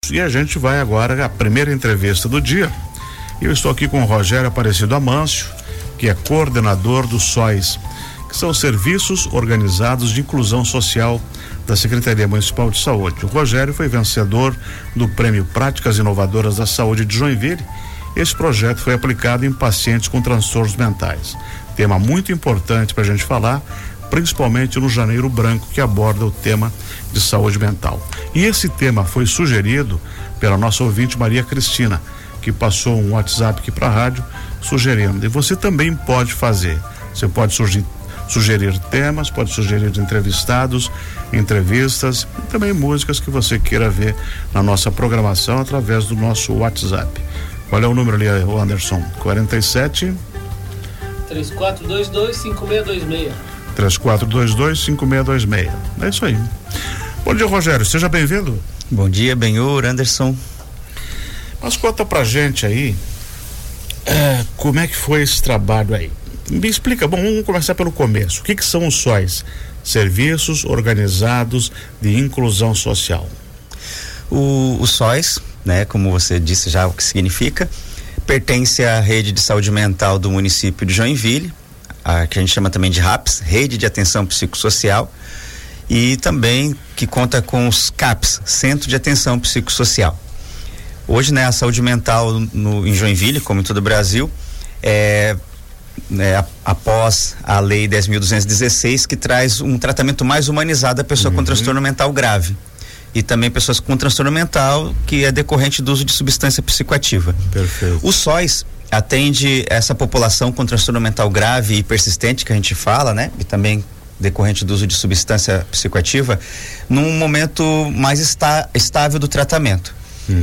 E a gente vai agora à primeira entrevista do dia. Eu estou aqui com o Rogério Aparecido Amâncio, que é coordenador do SOIS, que são Serviços Organizados de Inclusão Social da Secretaria Municipal de Saúde. O Rogério foi vencedor do Prêmio Práticas Inovadoras da Saúde de Joinville. Esse projeto foi aplicado em pacientes com transtornos mentais. Tema muito importante para a gente falar, principalmente no Janeiro Branco, que aborda o tema de saúde mental. E esse tema foi sugerido pela nossa ouvinte Maria Cristina, que passou um WhatsApp aqui para a rádio sugerindo. E você também pode fazer. Você pode sugerir temas, pode sugerir entrevistados, entrevistas e também músicas que você queira ver na nossa programação através do nosso WhatsApp. Qual é o número ali, Anderson? 47 3422-5626. 3422-5626. É isso aí. Bom dia, Rogério, seja bem-vindo. Bom dia, Benhur, Anderson. Mas conta pra gente aí como é que foi esse trabalho aí. Me explica, bom, vamos começar pelo começo. O que são os SOIS? Serviços Organizados de Inclusão Social. O SOIS, né, como você disse já o que significa, pertence à rede de saúde mental do município de Joinville, que a gente chama também de RAPS, Rede de Atenção Psicossocial, e também que conta com os CAPS, Centro de Atenção Psicossocial. Hoje, né, a saúde mental em Joinville, como em todo o Brasil, após a Lei 10.216, que traz um tratamento mais humanizado à pessoa com transtorno mental grave. E também pessoas com transtorno mental que é decorrente do uso de substância psicoativa. Perfeito. O SOIS atende essa população com transtorno mental grave e persistente, que a gente fala, né? E também decorrente do uso de substância psicoativa, num momento mais estável do tratamento.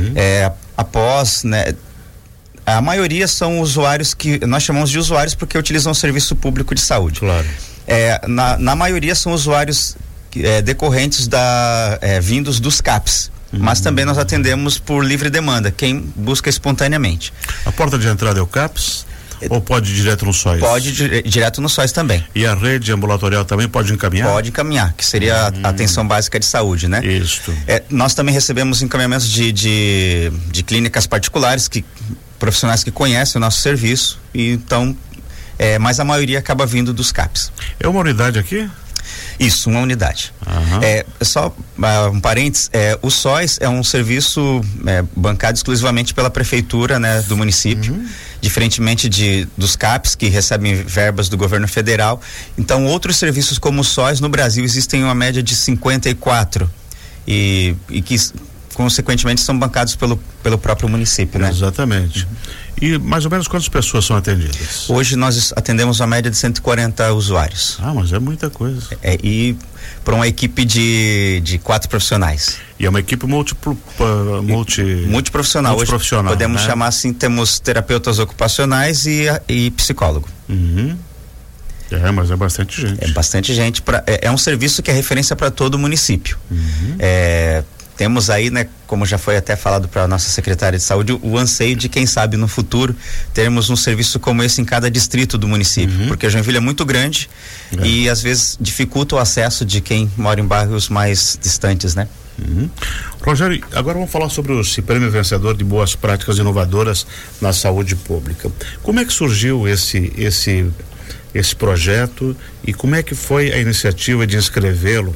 Após, né? A maioria são usuários que nós chamamos de usuários porque utilizam o serviço público de saúde. Claro. Na maioria são usuários decorrentes vindos dos CAPs, mas também nós atendemos por livre demanda, quem busca espontaneamente. A porta de entrada é o CAPS? Ou pode ir direto no SOIS? Pode ir direto no SOIS também. E a rede ambulatorial também pode encaminhar? Pode encaminhar, que seria a atenção básica de saúde, né? Isso. Nós também recebemos encaminhamentos de clínicas particulares, profissionais que conhecem o nosso serviço, e então, mas a maioria acaba vindo dos CAPs. É uma unidade aqui? Isso, uma unidade. Só um parênteses, o SOIS é um serviço bancado exclusivamente pela prefeitura, né, do município, diferentemente dos CAPs, que recebem verbas do governo federal. Então, outros serviços como o SOIS no Brasil existem uma média de 54 e que consequentemente são bancados pelo próprio município, né? Exatamente. E mais ou menos quantas pessoas são atendidas? Hoje nós atendemos uma média de 140 usuários. Mas é muita coisa. E para uma equipe de 4 profissionais. E é uma equipe multiprofissional. Hoje podemos chamar assim, temos terapeutas ocupacionais e psicólogo. Mas é bastante gente. É bastante gente. É um serviço que é referência para todo o município. Temos aí, né, como já foi até falado para a nossa secretária de saúde, o anseio de, quem sabe, no futuro, termos um serviço como esse em cada distrito do município, porque Joinville é muito grande e às vezes dificulta o acesso de quem mora em bairros mais distantes, né? Rogério, agora vamos falar sobre esse prêmio vencedor de boas práticas inovadoras na saúde pública. Como é que surgiu esse projeto e como é que foi a iniciativa de inscrevê-lo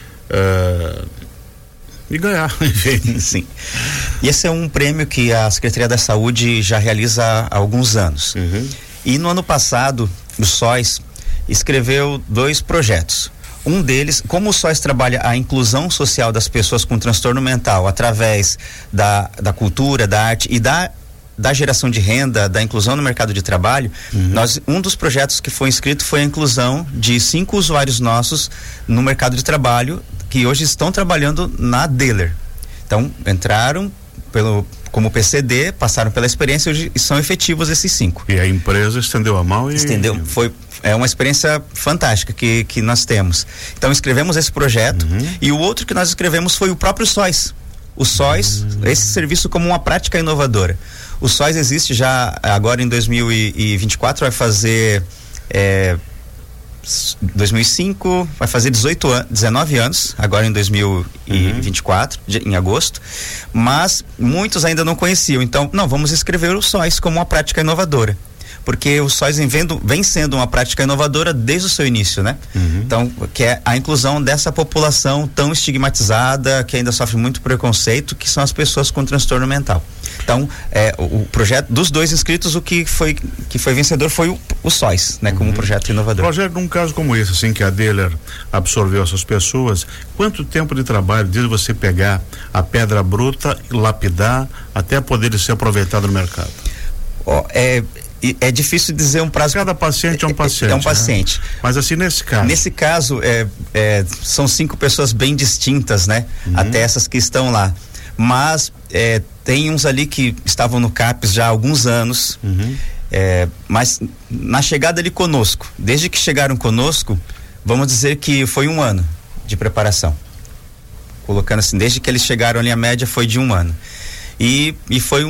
e ganhar, enfim? Sim. E esse é um prêmio que a Secretaria da Saúde já realiza há alguns anos. E no ano passado, o SOIS escreveu 2 projetos. Um deles, como o SOIS trabalha a inclusão social das pessoas com transtorno mental através da cultura, da arte e da geração de renda, da inclusão no mercado de trabalho, um dos projetos que foi inscrito foi a inclusão de 5 usuários nossos no mercado de trabalho, que hoje estão trabalhando na Deller. Então, entraram como PCD, passaram pela experiência e hoje são efetivos esses 5. E a empresa estendeu a mão e... Estendeu, é uma experiência fantástica que nós temos. Então, escrevemos esse projeto e o outro que nós escrevemos foi o próprio SOIS. O SOIS, esse serviço como uma prática inovadora. O SOIS existe já agora em 2024, vai fazer 2005, vai fazer 19 anos, agora em 2024, em agosto, mas muitos ainda não conheciam, então, vamos escrever o SOS como uma prática inovadora, porque o SOS vem sendo uma prática inovadora desde o seu início, né? Então, que é a inclusão dessa população tão estigmatizada, que ainda sofre muito preconceito, que são as pessoas com transtorno mental. Então, o projeto dos 2 inscritos, o que foi vencedor foi o SOS, né? Como um projeto inovador. Projeto, num caso como esse, assim, que a Deller absorveu essas pessoas, quanto tempo de trabalho desde você pegar a pedra bruta, lapidar, até poder ser aproveitado no mercado? É difícil dizer um prazo. Cada paciente é um paciente. É um paciente. Né? Mas assim, nesse caso. Nesse caso, são 5 pessoas bem distintas, né? Até essas que estão lá. Mas tem uns ali que estavam no CAPS já há alguns anos. Mas na chegada ali conosco, desde que chegaram conosco, vamos dizer que foi 1 ano de preparação. Colocando assim, desde que eles chegaram ali, a média foi de 1 ano. E foi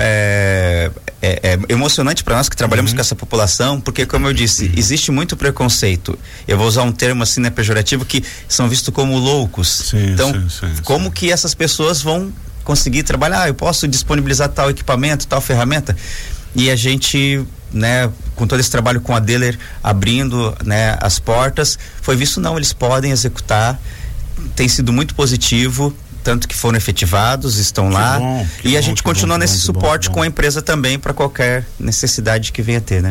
emocionante para nós que trabalhamos com essa população, porque, como eu disse, existe muito preconceito. Eu vou usar um termo assim, né, pejorativo, que são vistos como loucos. Como que essas pessoas vão conseguir trabalhar? Eu posso disponibilizar tal equipamento, tal ferramenta? E a gente, né, com todo esse trabalho com a Deller abrindo, né, as portas, foi visto, não, eles podem executar. Tem sido muito positivo, tanto que foram efetivados, estão lá, e a gente continua nesse suporte com a empresa também para qualquer necessidade que venha a ter, né?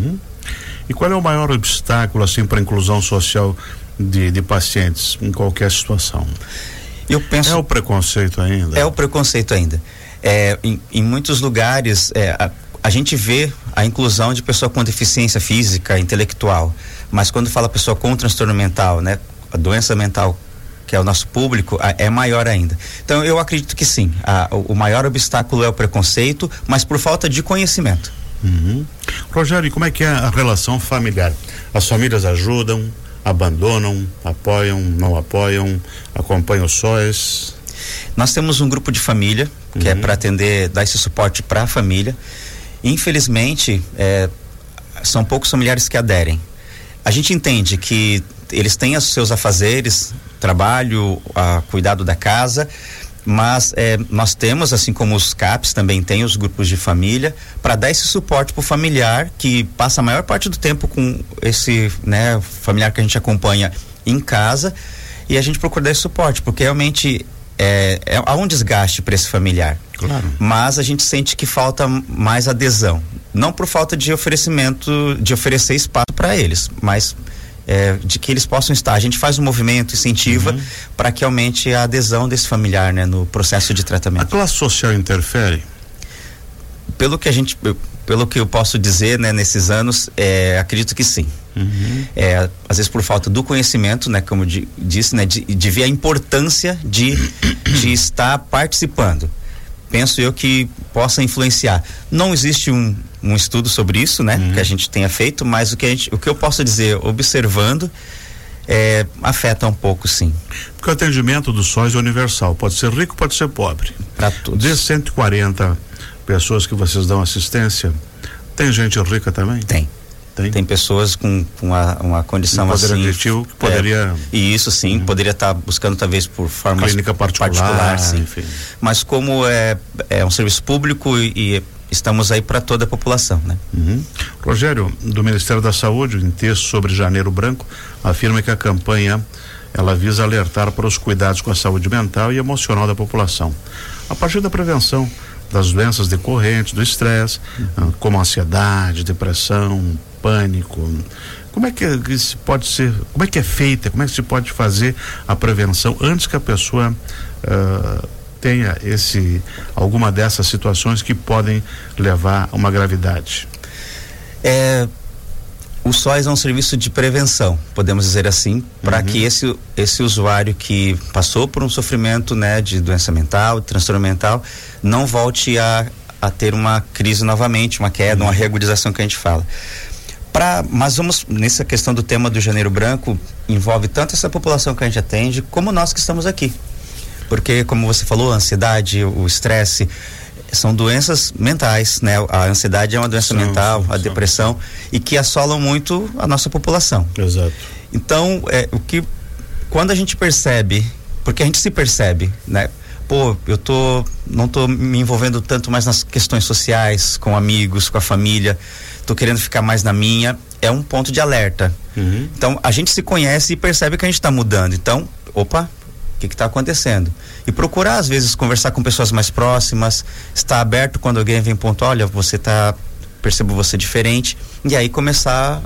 E qual é o maior obstáculo, assim, para a inclusão social de pacientes em qualquer situação? Eu penso... É o preconceito ainda? É o preconceito ainda. Em muitos lugares, a gente vê a inclusão de pessoa com deficiência física, intelectual, mas quando fala pessoa com transtorno mental, né, a doença mental, que é o nosso público, é maior ainda. Então, eu acredito que sim, o maior obstáculo é o preconceito, mas por falta de conhecimento. Rogério, e como é que é a relação familiar? As famílias ajudam, abandonam, apoiam, não apoiam, acompanham o SOS? Nós temos um grupo de família, que é para dar esse suporte para a família. Infelizmente, são poucos familiares que aderem. A gente entende que eles têm os seus afazeres, trabalho, cuidado da casa, mas nós temos, assim como os CAPs também tem os grupos de família, para dar esse suporte para o familiar que passa a maior parte do tempo com esse, né, familiar que a gente acompanha em casa, e a gente procura dar esse suporte, porque realmente há um desgaste para esse familiar. Claro. Mas a gente sente que falta mais adesão, não por falta de oferecer espaço para eles, mas de que eles possam estar. A gente faz um movimento, incentiva para que aumente a adesão desse familiar, né, no processo de tratamento. A classe social interfere? Pelo que eu posso dizer, né, nesses anos, acredito que sim. Às vezes por falta do conhecimento, né, como disse, né, de ver a importância de estar participando. Penso eu que possa influenciar. Não existe um estudo sobre isso, né, que a gente tenha feito, mas o que eu posso dizer, observando, afeta um pouco, sim. Porque o atendimento do SOS é universal, pode ser rico, pode ser pobre. Para todos. De 140 pessoas que vocês dão assistência, tem gente rica também? Tem pessoas com uma condição poder assim. Aquisitivo que poderia. E isso sim, poderia estar buscando talvez por forma clínica particular, sim. Enfim. Mas como é um serviço público e estamos aí para toda a população, né? Rogério, do Ministério da Saúde, em texto sobre Janeiro Branco, afirma que a campanha ela visa alertar para os cuidados com a saúde mental e emocional da população, a partir da prevenção das doenças decorrentes do estresse, como ansiedade, depressão, pânico. Como é que isso pode ser, como é que é feita, como é que se pode fazer a prevenção antes que a pessoa tenha alguma dessas situações que podem levar a uma gravidade? O SOS é um serviço de prevenção, podemos dizer assim, para que esse usuário que passou por um sofrimento, né, de doença mental, de transtorno mental, não volte a ter uma crise novamente, uma queda, uma reagudização que a gente fala. Mas vamos, nessa questão do tema do Janeiro Branco, envolve tanto essa população que a gente atende, como nós que estamos aqui. Porque, como você falou, a ansiedade, o estresse, São doenças mentais, né? A ansiedade é uma doença mental, a depressão, e que assolam muito a nossa população. Exato. Então, quando a gente percebe, porque a gente se percebe, né? Pô, não tô me envolvendo tanto mais nas questões sociais, com amigos, com a família, tô querendo ficar mais na minha, é um ponto de alerta. Então, a gente se conhece e percebe que a gente está mudando. Então, opa, o que está acontecendo? E procurar, às vezes, conversar com pessoas mais próximas, estar aberto quando alguém vem pontuar, olha, percebo você diferente, e aí começar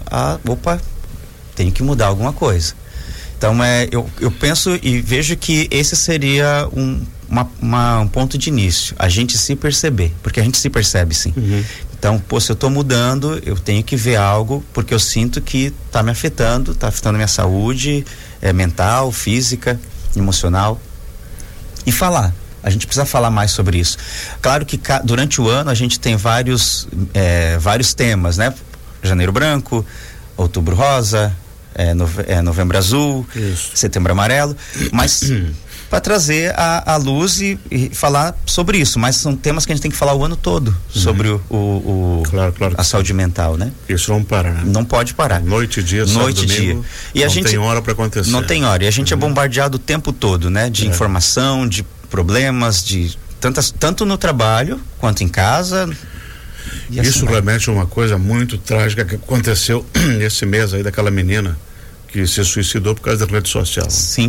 tenho que mudar alguma coisa. Então, eu penso e vejo que esse seria um ponto de início, a gente se perceber, porque a gente se percebe sim. Então, se eu estou mudando, eu tenho que ver algo, porque eu sinto que está me afetando, está afetando a minha saúde mental, física, emocional. E falar, a gente precisa falar mais sobre isso. Claro que durante o ano a gente tem vários temas, né? Janeiro branco, outubro rosa, novembro azul, isso. Setembro amarelo, mas para trazer a luz e falar sobre isso, mas são temas que a gente tem que falar o ano todo sobre claro a saúde mental, né? Isso não para, né? Não pode parar. Noite e dia, noite e dia. E não tem hora para acontecer. Não tem hora. E a gente é bombardeado o tempo todo, né? De informação, de problemas, tanto no trabalho quanto em casa. Isso remete a uma coisa muito trágica que aconteceu esse mês aí, daquela menina que se suicidou por causa da rede social. Sim.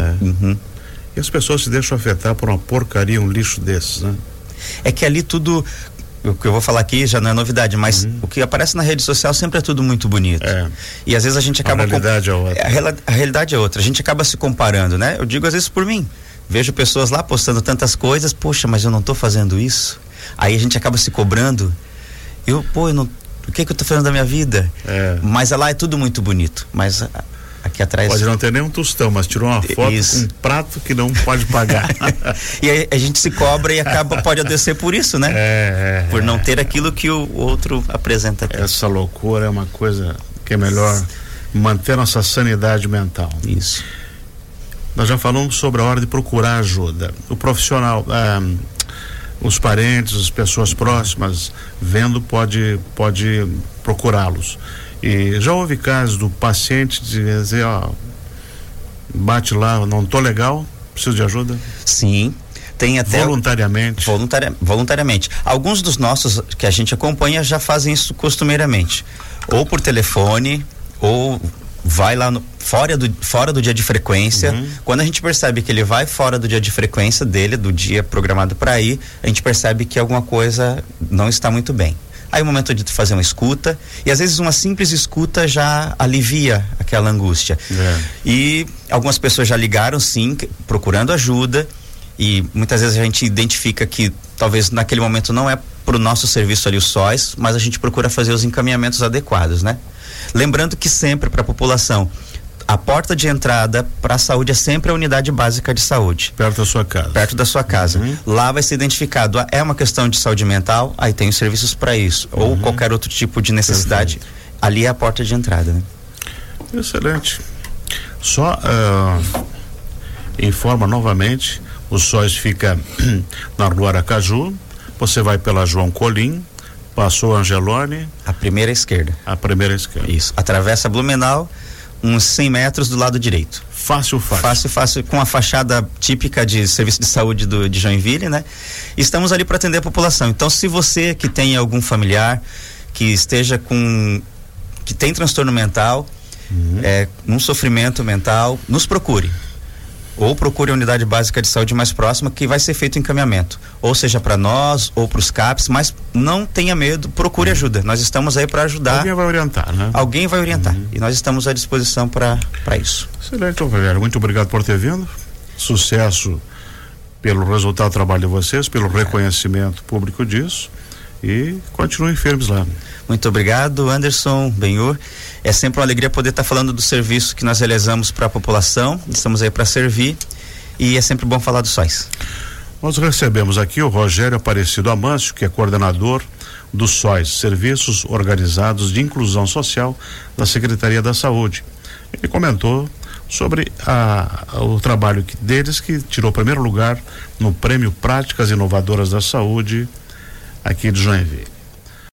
E as pessoas se deixam afetar por uma porcaria, um lixo desses, né? É que ali tudo, o que eu vou falar aqui já não é novidade, mas o que aparece na rede social sempre é tudo muito bonito. E às vezes a gente acaba... A realidade é outra. A realidade é outra. A gente acaba se comparando, né? Eu digo às vezes por mim. Vejo pessoas lá postando tantas coisas, poxa, mas eu não tô fazendo isso. Aí a gente acaba se cobrando. O que eu tô fazendo da minha vida? Mas lá é tudo muito bonito. Mas aqui atrás... Pode não ter nem um tostão, mas tirou uma foto com um prato que não pode pagar. E aí a gente se cobra e pode adoecer por isso, né? Por não ter aquilo que o outro apresenta aqui. Essa loucura é uma coisa que é melhor manter nossa sanidade mental. Isso. Nós já falamos sobre a hora de procurar ajuda. O profissional, os parentes, as pessoas próximas, vendo, pode procurá-los. E já houve casos do paciente dizer, bate lá, não tô legal, preciso de ajuda? Sim, tem até... Voluntariamente. Alguns dos nossos que a gente acompanha já fazem isso costumeiramente, ou por telefone, ou vai lá fora do dia de frequência. Quando a gente percebe que ele vai fora do dia de frequência dele, do dia programado para ir, a gente percebe que alguma coisa não está muito bem. Aí é o momento de fazer uma escuta, e às vezes uma simples escuta já alivia aquela angústia. E algumas pessoas já ligaram sim, procurando ajuda, e muitas vezes a gente identifica que talvez naquele momento não é pro nosso serviço ali o SOS, mas a gente procura fazer os encaminhamentos adequados, né? Lembrando que sempre para a população, a porta de entrada para a saúde é sempre a unidade básica de saúde. Perto da sua casa. Perto da sua casa. Lá vai ser identificado, é uma questão de saúde mental, aí tem os serviços para isso, ou qualquer outro tipo de necessidade. Perfeito. Ali é a porta de entrada, né? Excelente. Só informa novamente, o SOS fica na Rua Aracaju, você vai pela João Colim, passou Angelone. A primeira esquerda. Isso. Atravessa Blumenau, uns 100 metros do lado direito. Fácil, com a fachada típica de serviço de saúde de Joinville, né? Estamos ali para atender a população. Então, se você que tem algum familiar que esteja que tem transtorno mental, um sofrimento mental, nos procure. Ou procure a unidade básica de saúde mais próxima, que vai ser feito o encaminhamento, ou seja para nós ou para os CAPs, mas não tenha medo, procure ajuda. Nós estamos aí para ajudar. Alguém vai orientar, né? Alguém vai orientar, e nós estamos à disposição para isso. Excelente, Rogério, muito obrigado por ter vindo. Sucesso pelo resultado do trabalho de vocês, pelo reconhecimento público disso, e continuem firmes lá. Muito obrigado, Anderson, Benhur. É sempre uma alegria poder estar falando do serviço que nós realizamos para a população. Estamos aí para servir, e é sempre bom falar do SOS. Nós recebemos aqui o Rogério Aparecido Amâncio, que é coordenador do SOS, Serviços Organizados de Inclusão Social da Secretaria da Saúde. Ele comentou sobre o trabalho deles, que tirou o primeiro lugar no Prêmio Práticas Inovadoras da Saúde aqui de Joinville.